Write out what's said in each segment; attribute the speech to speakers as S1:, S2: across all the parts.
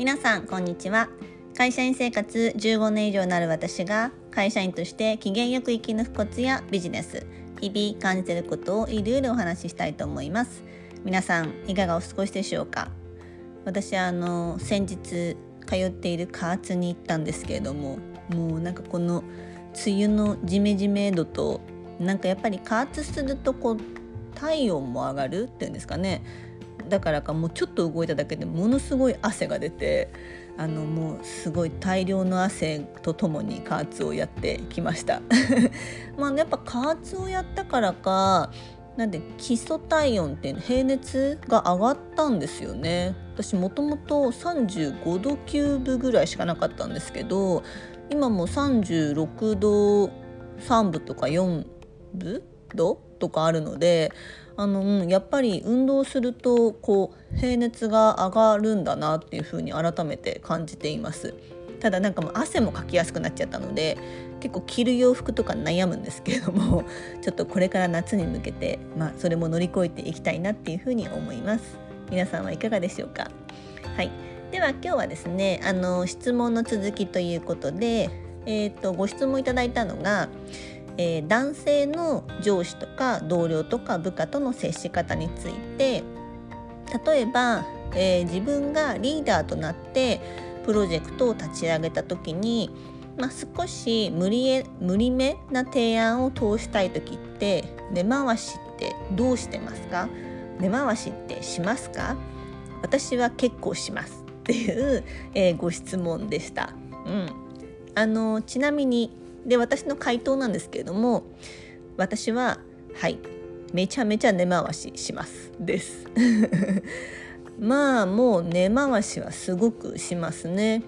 S1: 皆さんこんにちは。会社員生活15年以上になる私が会社員として機嫌よく生き抜くコツやビジネス、日々感じていることをゆるゆるお話ししたいと思います。皆さんいかがお過ごしでしょうか。私先日通っている加圧に行ったんですけれども、もうこの梅雨のジメジメ度とやっぱり加圧すると体温も上がるっていうんですかね。だからかもうちょっと動いただけでものすごい汗が出て、もうすごい大量の汗とともに加圧をやってきましたやっぱ加圧をやったからか基礎体温っていう平熱が上がったんですよね。私もともと35度9分ぐらいしかなかったんですけど、今も36度3分とか4分度とかあるので、やっぱり運動すると平熱が上がるんだなっていうふうに改めて感じています。ただもう汗もかきやすくなっちゃったので、結構着る洋服とか悩むんですけれども、ちょっとこれから夏に向けて、それも乗り越えていきたいなっていうふうに思います。皆さんはいかがでしょうか。はい、では今日はですね、質問の続きということで、ご質問いただいたのが、男性の上司とか同僚とか部下との接し方について、例えば、自分がリーダーとなってプロジェクトを立ち上げた時に、少し無理めな提案を通したい時って根回しってどうしてますか？根回しってしますか？私は結構しますっていう、ご質問でした。ちなみに私の回答なんですけれども、私はめちゃめちゃ根回ししますですもう根回しはすごくしますね。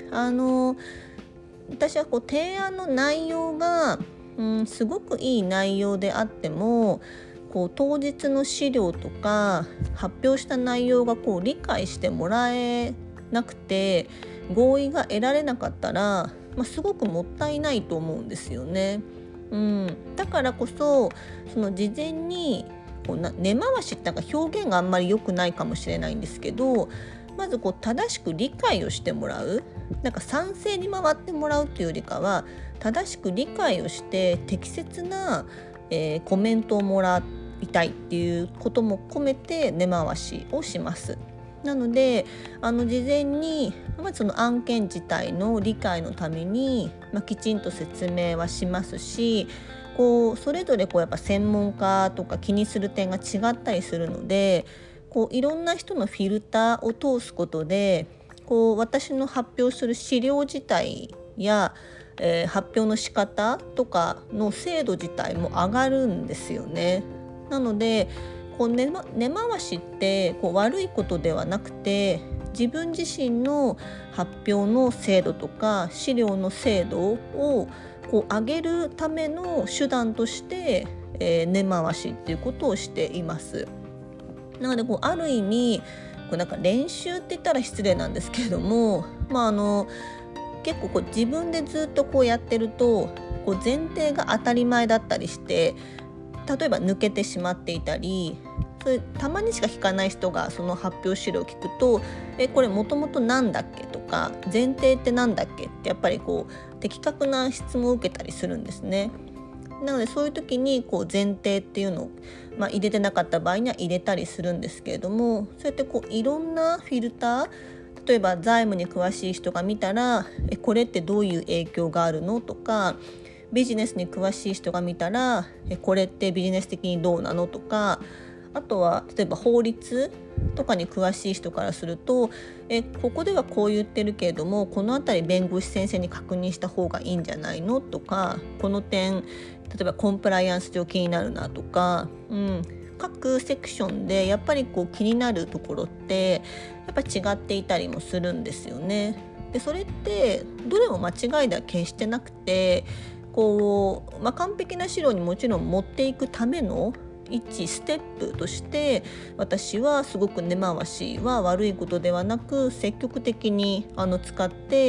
S1: 私は提案の内容が、すごくいい内容であっても、当日の資料とか発表した内容が理解してもらえなくて合意が得られなかったら、すごくもったいないと思うんですよね。だからこそ事前に根回しって表現があんまり良くないかもしれないんですけど、まず正しく理解をしてもらう、賛成に回ってもらうというよりかは、正しく理解をして適切な、コメントをもらいたいっていうことも込めて根回しをします。なので事前にその案件自体の理解のために、きちんと説明はしますし、それぞれやっぱ専門家とか気にする点が違ったりするので、いろんな人のフィルターを通すことで私の発表する資料自体や、発表の仕方とかの精度自体も上がるんですよね。なので根回しって悪いことではなくて、自分自身の発表の精度とか資料の精度を上げるための手段として、根回しっていうことをしています。なのである意味練習って言ったら失礼なんですけれども、結構自分でずっとやってると前提が当たり前だったりして、例えば抜けてしまっていたり、たまにしか聞かない人がその発表資料を聞くと、これもともとなんだっけとか、前提ってなんだっけってやっぱり的確な質問を受けたりするんですね。なのでそういう時に前提っていうのを、入れてなかった場合には入れたりするんですけれども、そうやっていろんなフィルター、例えば財務に詳しい人が見たらこれってどういう影響があるのとか、ビジネスに詳しい人が見たらこれってビジネス的にどうなのとか、あとは例えば法律とかに詳しい人からするとここではこう言ってるけれども、このあたり弁護士先生に確認した方がいいんじゃないのとか、この点例えばコンプライアンス上気になるなとか、各セクションでやっぱり気になるところってやっぱ違っていたりもするんですよね。でそれってどれも間違いでは決してなくて、完璧な資料にもちろん持っていくための一ステップとして、私はすごく根回しは悪いことではなく積極的に使って、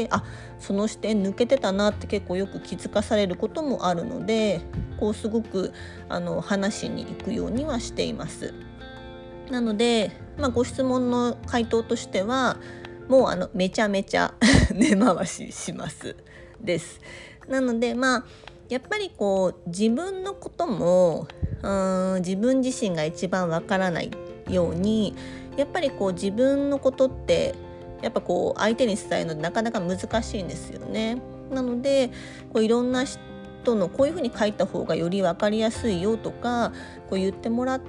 S1: その視点抜けてたなって結構よく気づかされることもあるので、すごく話しに行くようにはしています。なので、ご質問の回答としては、 もうめちゃめちゃ根回ししますです。なのでやっぱり自分のことも自分自身が一番わからないように、やっぱり自分のことってやっぱ相手に伝えるのなかなか難しいんですよね。なのでいろんな人のこういうふうに書いた方がより分かりやすいよとか言ってもらって、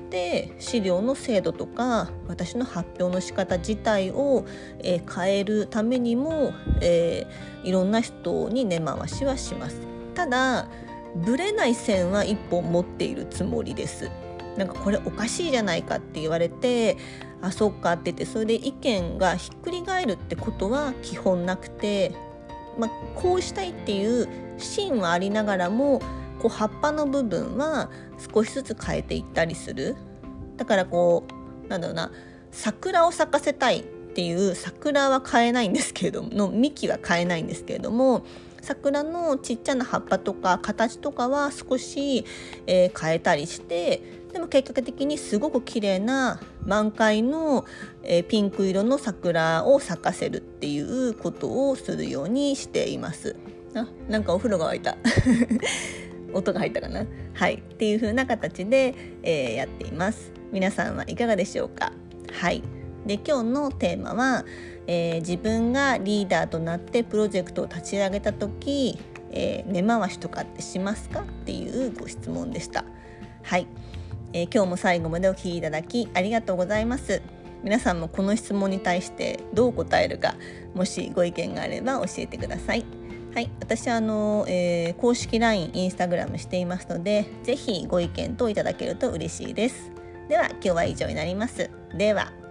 S1: 資料の精度とか私の発表の仕方自体を、変えるためにも、いろんな人に根回しはします。ただぶれない線は一本持っているつもりです。なんかこれおかしいじゃないかって言われて、あそっかって言ってそれで意見がひっくり返るってことは基本なくて、こうしたいっていう芯はありながらも葉っぱの部分は少しずつ変えていったりする。だからなんだろうな、桜を咲かせたいっていう桜は変えないんですけれども、の幹は変えないんですけれども、桜のちっちゃな葉っぱとか形とかは少し、変えたりして、でも結果的にすごく綺麗な満開の、ピンク色の桜を咲かせるっていうことをするようにしています。なんかお風呂が沸いた音が入ったかな。はい、っていう風な形で、やっています。皆さんはいかがでしょうか。はい。で今日のテーマは、自分がリーダーとなってプロジェクトを立ち上げた時、根回しとかってしますかっていうご質問でした。はい、今日も最後までお聞きいただきありがとうございます。皆さんもこの質問に対してどう答えるか、もしご意見があれば教えてください。はい、私は公式 LINE、インスタグラムしていますので、ぜひご意見といただけると嬉しいです。では今日は以上になります。では。